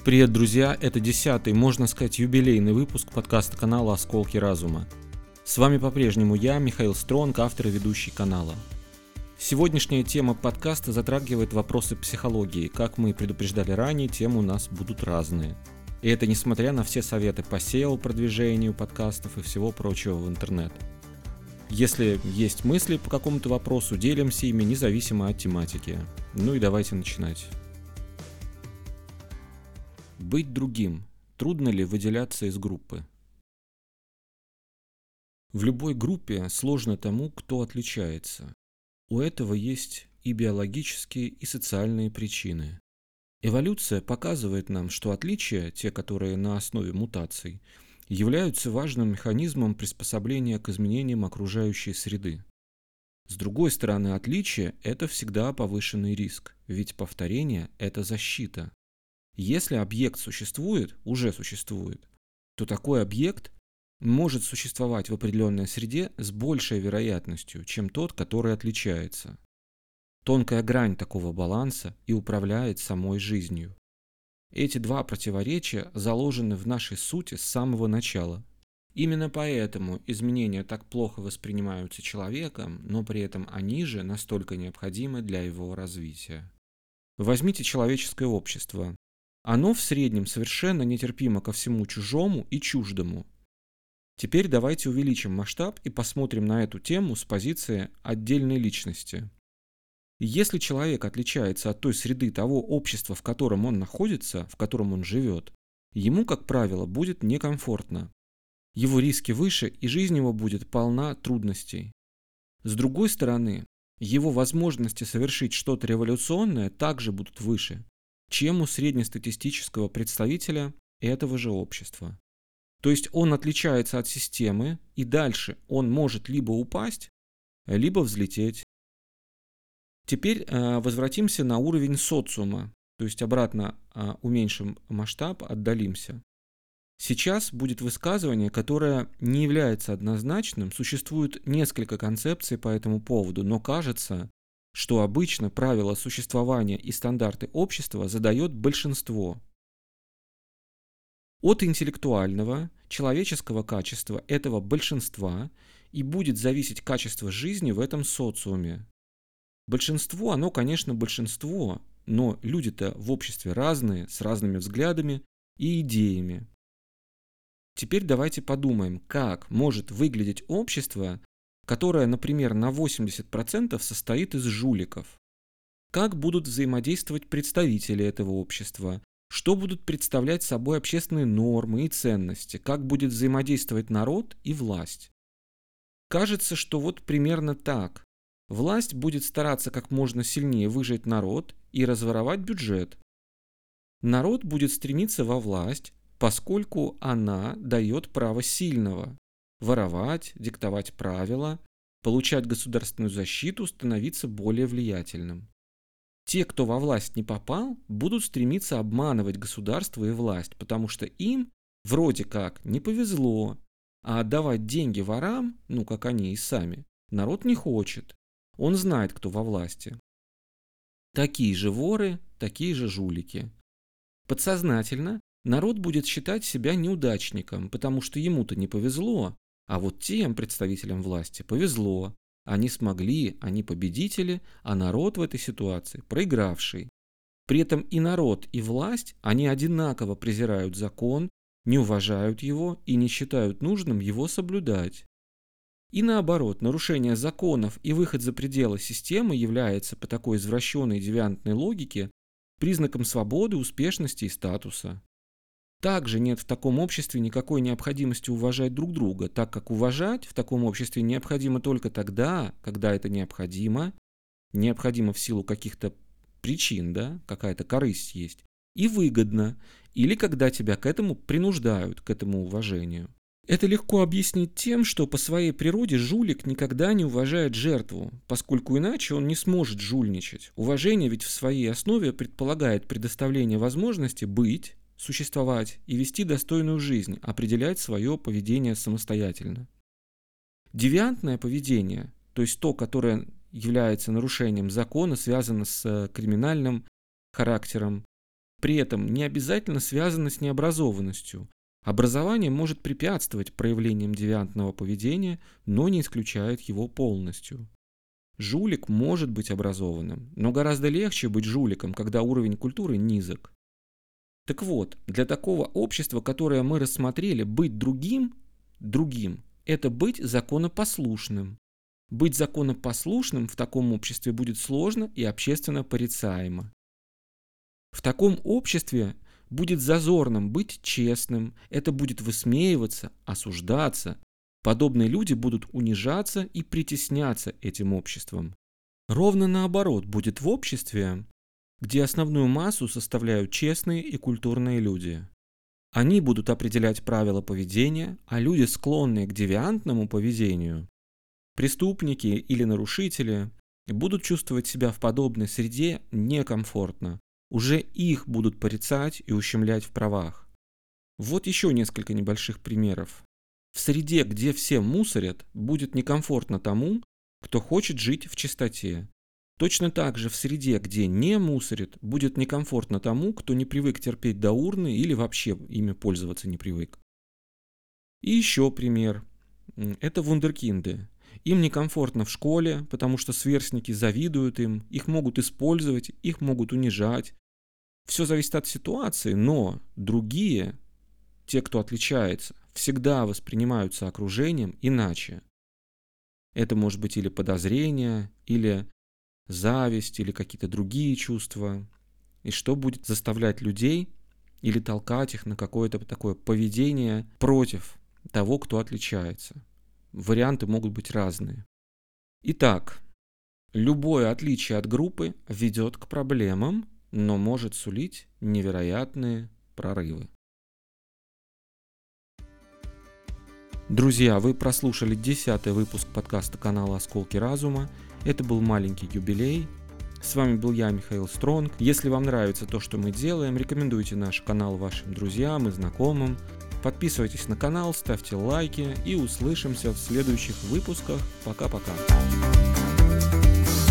Привет, друзья! Это 10-й, можно сказать, юбилейный выпуск подкаста канала «Осколки разума». С вами по-прежнему я, Михаил Стронг, автор и ведущий канала. Сегодняшняя тема подкаста затрагивает вопросы психологии. Как мы предупреждали ранее, темы у нас будут разные. И это несмотря на все советы по SEO, продвижению подкастов и всего прочего в интернет. Если есть мысли по какому-то вопросу, делимся ими независимо от тематики. Ну и давайте начинать. Быть другим. Трудно ли выделяться из группы? В любой группе сложно тому, кто отличается. У этого есть и биологические, и социальные причины. Эволюция показывает нам, что отличия, те, которые на основе мутаций, являются важным механизмом приспособления к изменениям окружающей среды. С другой стороны, отличие – это всегда повышенный риск, ведь повторение – это защита. Если объект уже существует, то такой объект может существовать в определенной среде с большей вероятностью, чем тот, который отличается. Тонкая грань такого баланса и управляет самой жизнью. Эти два противоречия заложены в нашей сути с самого начала. Именно поэтому изменения так плохо воспринимаются человеком, но при этом они же настолько необходимы для его развития. Возьмите человеческое общество. Оно в среднем совершенно нетерпимо ко всему чужому и чуждому. Теперь давайте увеличим масштаб и посмотрим на эту тему с позиции отдельной личности. Если человек отличается от той среды того общества, в котором он находится, в котором он живет, ему, как правило, будет некомфортно. Его риски выше, и жизнь его будет полна трудностей. С другой стороны, его возможности совершить что-то революционное также будут выше, чем у среднестатистического представителя этого же общества. То есть он отличается от системы, и дальше он может либо упасть, либо взлететь. Теперь возвратимся на уровень социума, то есть обратно уменьшим масштаб, отдалимся. Сейчас будет высказывание, которое не является однозначным, существует несколько концепций по этому поводу, но кажется, что обычно правила существования и стандарты общества задает большинство. От интеллектуального, человеческого качества этого большинства и будет зависеть качество жизни в этом социуме. Большинство, оно, конечно, большинство, но люди-то в обществе разные, с разными взглядами и идеями. Теперь давайте подумаем, как может выглядеть общество, которое, например, на 80% состоит из жуликов. Как будут взаимодействовать представители этого общества, что будут представлять собой общественные нормы и ценности, как будет взаимодействовать народ и власть. Кажется, что вот примерно так. Власть будет стараться как можно сильнее выжать народ и разворовать бюджет. Народ будет стремиться во власть, поскольку она дает право сильного воровать, диктовать правила, получать государственную защиту, становиться более влиятельным. Те, кто во власть не попал, будут стремиться обманывать государство и власть, потому что им вроде как не повезло, а отдавать деньги ворам, как они и сами, народ не хочет. Он знает, кто во власти. Такие же воры, такие же жулики. Подсознательно народ будет считать себя неудачником, потому что ему-то не повезло, а вот тем представителям власти повезло. Они смогли, они победители, а народ в этой ситуации проигравший. При этом и народ, и власть, они одинаково презирают закон, не уважают его и не считают нужным его соблюдать. И наоборот, нарушение законов и выход за пределы системы является по такой извращенной девиантной логике признаком свободы, успешности и статуса. Также нет в таком обществе никакой необходимости уважать друг друга, так как уважать в таком обществе необходимо только тогда, когда это необходимо в силу каких-то причин, какая-то корысть есть, и выгодно, или когда тебя к этому принуждают, к этому уважению. Это легко объяснить тем, что по своей природе жулик никогда не уважает жертву, поскольку иначе он не сможет жульничать. Уважение ведь в своей основе предполагает предоставление возможности быть, существовать и вести достойную жизнь, определять свое поведение самостоятельно. Девиантное поведение, то есть то, которое является нарушением закона, связано с криминальным характером, при этом не обязательно связано с необразованностью. Образование может препятствовать проявлениям девиантного поведения, но не исключает его полностью. Жулик может быть образованным, но гораздо легче быть жуликом, когда уровень культуры низок. Так вот, для такого общества, которое мы рассмотрели, быть другим – это быть законопослушным. Быть законопослушным в таком обществе будет сложно и общественно порицаемо. В таком обществе будет зазорным быть честным, это будет высмеиваться, осуждаться. Подобные люди будут унижаться и притесняться этим обществом. Ровно наоборот будет в обществе, где основную массу составляют честные и культурные люди. Они будут определять правила поведения, а люди, склонные к девиантному поведению, преступники или нарушители, будут чувствовать себя в подобной среде некомфортно. Уже их будут порицать и ущемлять в правах. Вот еще несколько небольших примеров. В среде, где все мусорят, будет некомфортно тому, кто хочет жить в чистоте. Точно так же в среде, где не мусорят, будет некомфортно тому, кто не привык терпеть до урны или вообще ими пользоваться не привык. И еще пример. Это вундеркинды. Им некомфортно в школе, потому что сверстники завидуют им, их могут использовать, их могут унижать. Все зависит от ситуации, но другие, те, кто отличается, всегда воспринимаются окружением иначе. Это может быть или подозрение, или зависть, или какие-то другие чувства. И что будет заставлять людей или толкать их на какое-то такое поведение против того, кто отличается. Варианты могут быть разные. Итак, любое отличие от группы ведет к проблемам, но может сулить невероятные прорывы. Друзья, вы прослушали 10-й выпуск подкаста канала «Осколки разума». Это был маленький юбилей. С вами был я, Михаил Стронг. Если вам нравится то, что мы делаем, рекомендуйте наш канал вашим друзьям и знакомым. Подписывайтесь на канал, ставьте лайки и услышимся в следующих выпусках. Пока-пока.